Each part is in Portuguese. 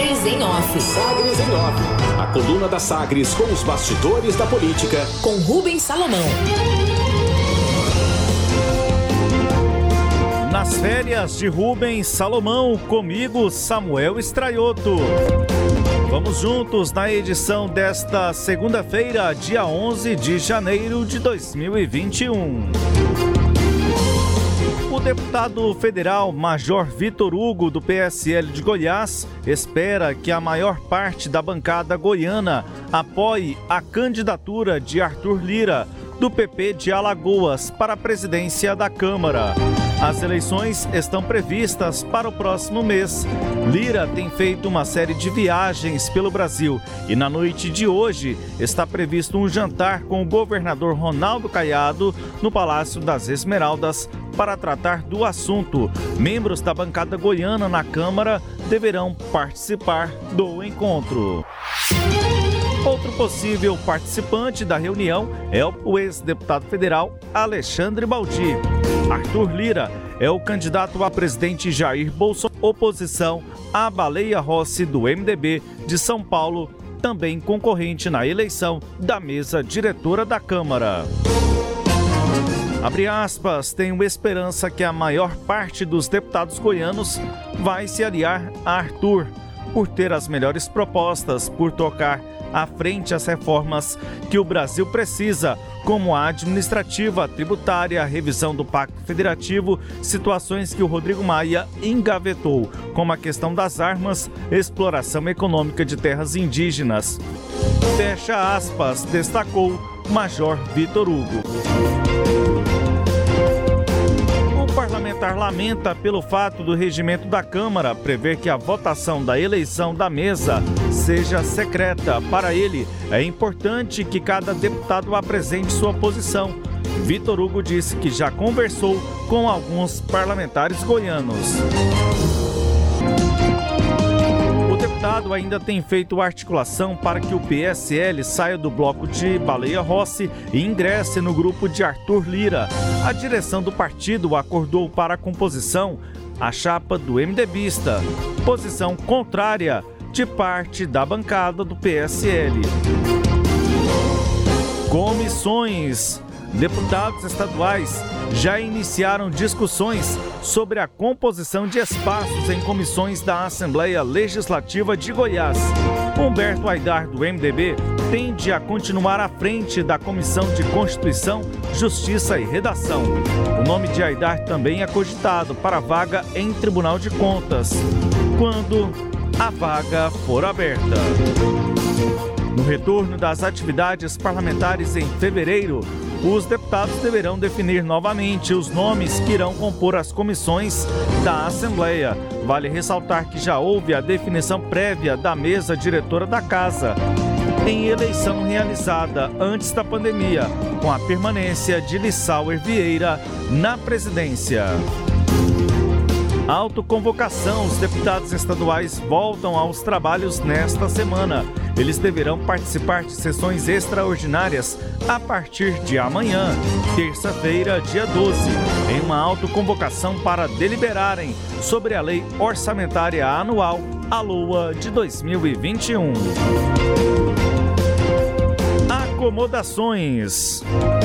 Sagres em Off. Sagres em Off. A coluna da Sagres com os bastidores da política. Com Rubens Salomão. Nas férias de Rubens Salomão, comigo, Samuel Estraioto. Vamos juntos na edição desta segunda-feira, dia 11 de janeiro de 2021. O deputado federal Major Vitor Hugo, do PSL de Goiás, espera que a maior parte da bancada goiana apoie a candidatura de Arthur Lira, do PP de Alagoas, para a presidência da Câmara. As eleições estão previstas para o próximo mês. Lira tem feito uma série de viagens pelo Brasil e na noite de hoje está previsto um jantar com o governador Ronaldo Caiado no Palácio das Esmeraldas para tratar do assunto. Membros da bancada goiana na Câmara deverão participar do encontro. Outro possível participante da reunião é o ex-deputado federal Alexandre Baldi. Arthur Lira é o candidato a presidente Jair Bolsonaro, oposição à Baleia Rossi do MDB de São Paulo, também concorrente na eleição da mesa diretora da Câmara. Abre aspas, tenho esperança que a maior parte dos deputados goianos vai se aliar a Arthur, por ter as melhores propostas, por tocar à frente as reformas que o Brasil precisa, como a administrativa, a tributária, a revisão do Pacto Federativo, situações que o Rodrigo Maia engavetou, como a questão das armas, exploração econômica de terras indígenas. Fecha aspas, destacou Major Vitor Hugo. O parlamentar lamenta pelo fato do regimento da Câmara prever que a votação da eleição da mesa seja secreta. Para ele, é importante que cada deputado apresente sua posição. Vitor Hugo disse que já conversou com alguns parlamentares goianos. O deputado ainda tem feito articulação para que o PSL saia do bloco de Baleia Rossi e ingresse no grupo de Arthur Lira. A direção do partido acordou para a composição a chapa do MDBista, posição contrária de parte da bancada do PSL. Comissões. Deputados estaduais já iniciaram discussões sobre a composição de espaços em comissões da Assembleia Legislativa de Goiás. Humberto Aidar, do MDB, tende a continuar à frente da Comissão de Constituição, Justiça e Redação. O nome de Aidar também é cogitado para a vaga em Tribunal de Contas, quando a vaga for aberta. No retorno das atividades parlamentares em fevereiro, os deputados deverão definir novamente os nomes que irão compor as comissões da Assembleia. Vale ressaltar que já houve a definição prévia da mesa diretora da Casa, em eleição realizada antes da pandemia, com a permanência de Lissauer Vieira na presidência. Autoconvocação. Os deputados estaduais voltam aos trabalhos nesta semana. Eles deverão participar de sessões extraordinárias a partir de amanhã, terça-feira, dia 12, em uma autoconvocação para deliberarem sobre a Lei Orçamentária Anual, a LOA, de 2021. Acomodações.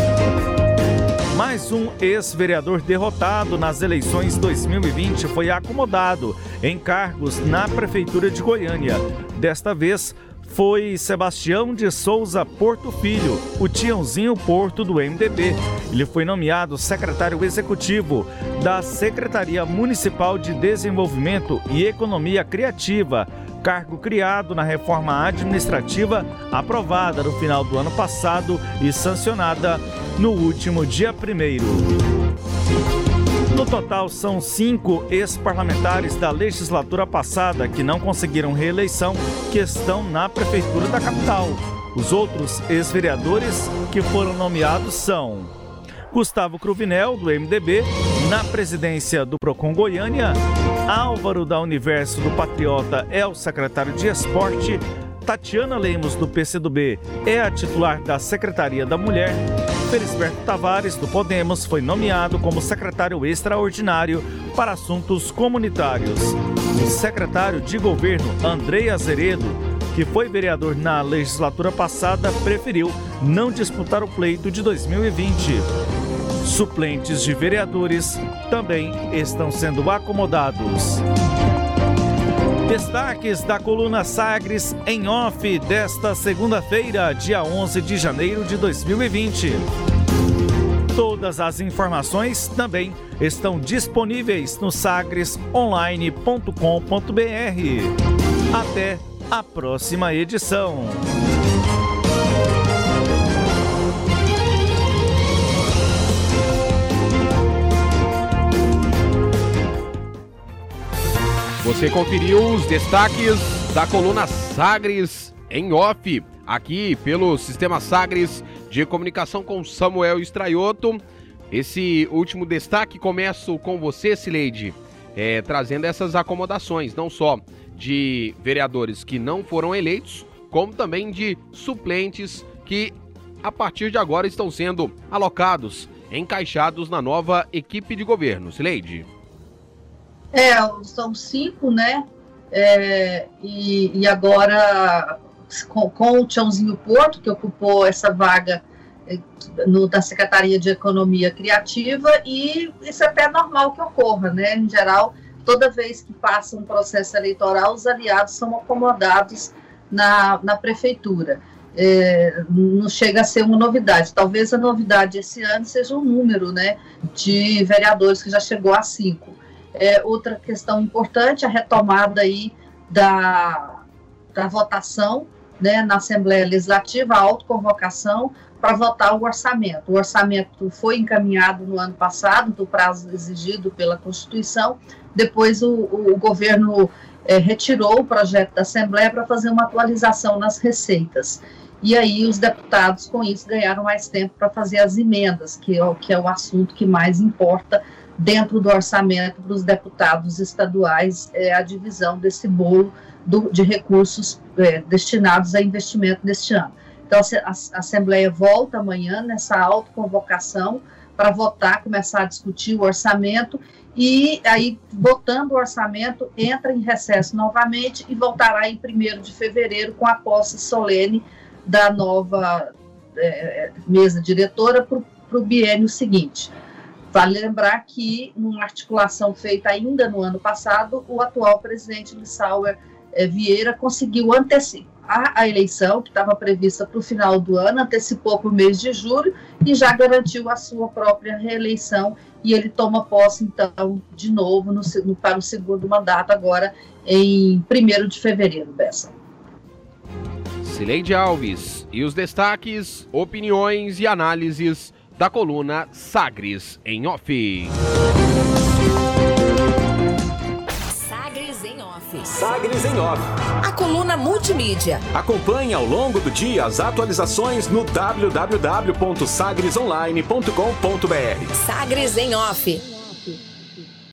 Mais um ex-vereador derrotado nas eleições 2020 foi acomodado em cargos na Prefeitura de Goiânia. Desta vez, foi Sebastião de Souza Porto Filho, o Tiãozinho Porto do MDB. Ele foi nomeado secretário executivo da Secretaria Municipal de Desenvolvimento e Economia Criativa, cargo criado na reforma administrativa aprovada no final do ano passado e sancionada no último dia 1º. No total, são 5 ex-parlamentares da legislatura passada que não conseguiram reeleição que estão na prefeitura da capital. Os outros ex-vereadores que foram nomeados são Gustavo Cruvinel, do MDB, na presidência do Procon Goiânia. Álvaro da Universo do Patriota é o secretário de Esporte. Tatiana Lemos, do PCdoB, é a titular da Secretaria da Mulher. Felisberto Tavares, do Podemos, foi nomeado como secretário extraordinário para assuntos comunitários. O secretário de governo, Andrei Azeredo, que foi vereador na legislatura passada, preferiu não disputar o pleito de 2020. Suplentes de vereadores também estão sendo acomodados. Destaques da coluna Sagres em off desta segunda-feira, dia 11 de janeiro de 2020. Todas as informações também estão disponíveis no sagresonline.com.br. Até a próxima edição. Você conferiu os destaques da coluna Sagres em off, aqui pelo Sistema Sagres de Comunicação com Samuel Straioto. Esse último destaque começo com você, Cileide, trazendo essas acomodações, não só de vereadores que não foram eleitos, como também de suplentes que, a partir de agora, estão sendo alocados, encaixados na nova equipe de governo. Cileide. São 5, né? E agora, com o Tiãozinho Porto, que ocupou essa vaga da Secretaria de Economia Criativa, e isso é até normal que ocorra, né? Em geral, toda vez que passa um processo eleitoral, os aliados são acomodados na prefeitura. Não chega a ser uma novidade. Talvez a novidade esse ano seja o número, né, de vereadores, que já chegou a 5. Outra questão importante, a retomada aí da votação, né, na Assembleia Legislativa, a autoconvocação para votar o orçamento. O orçamento foi encaminhado no ano passado, do prazo exigido pela Constituição. Depois o governo retirou o projeto da Assembleia para fazer uma atualização nas receitas. E aí os deputados, com isso, ganharam mais tempo para fazer as emendas, que é o assunto que mais importa dentro do orçamento para os deputados estaduais, a divisão desse bolo de recursos destinados a investimento neste ano. Então, a Assembleia volta amanhã nessa autoconvocação para votar, começar a discutir o orçamento, e aí, votando o orçamento, entra em recesso novamente e voltará em 1º de fevereiro com a posse solene da nova mesa diretora para o biênio seguinte. Vale lembrar que, numa articulação feita ainda no ano passado, o atual presidente Lissauer Vieira conseguiu antecipar a eleição, que estava prevista para o final do ano, antecipou para o mês de julho e já garantiu a sua própria reeleição, e ele toma posse, então, de novo para o segundo mandato, agora em 1º de fevereiro, Bessa. Cileide Alves, e os destaques, opiniões e análises da coluna Sagres em off. Sagres em off. Sagres em off. A coluna multimídia. Acompanhe ao longo do dia as atualizações no www.sagresonline.com.br. Sagres em off.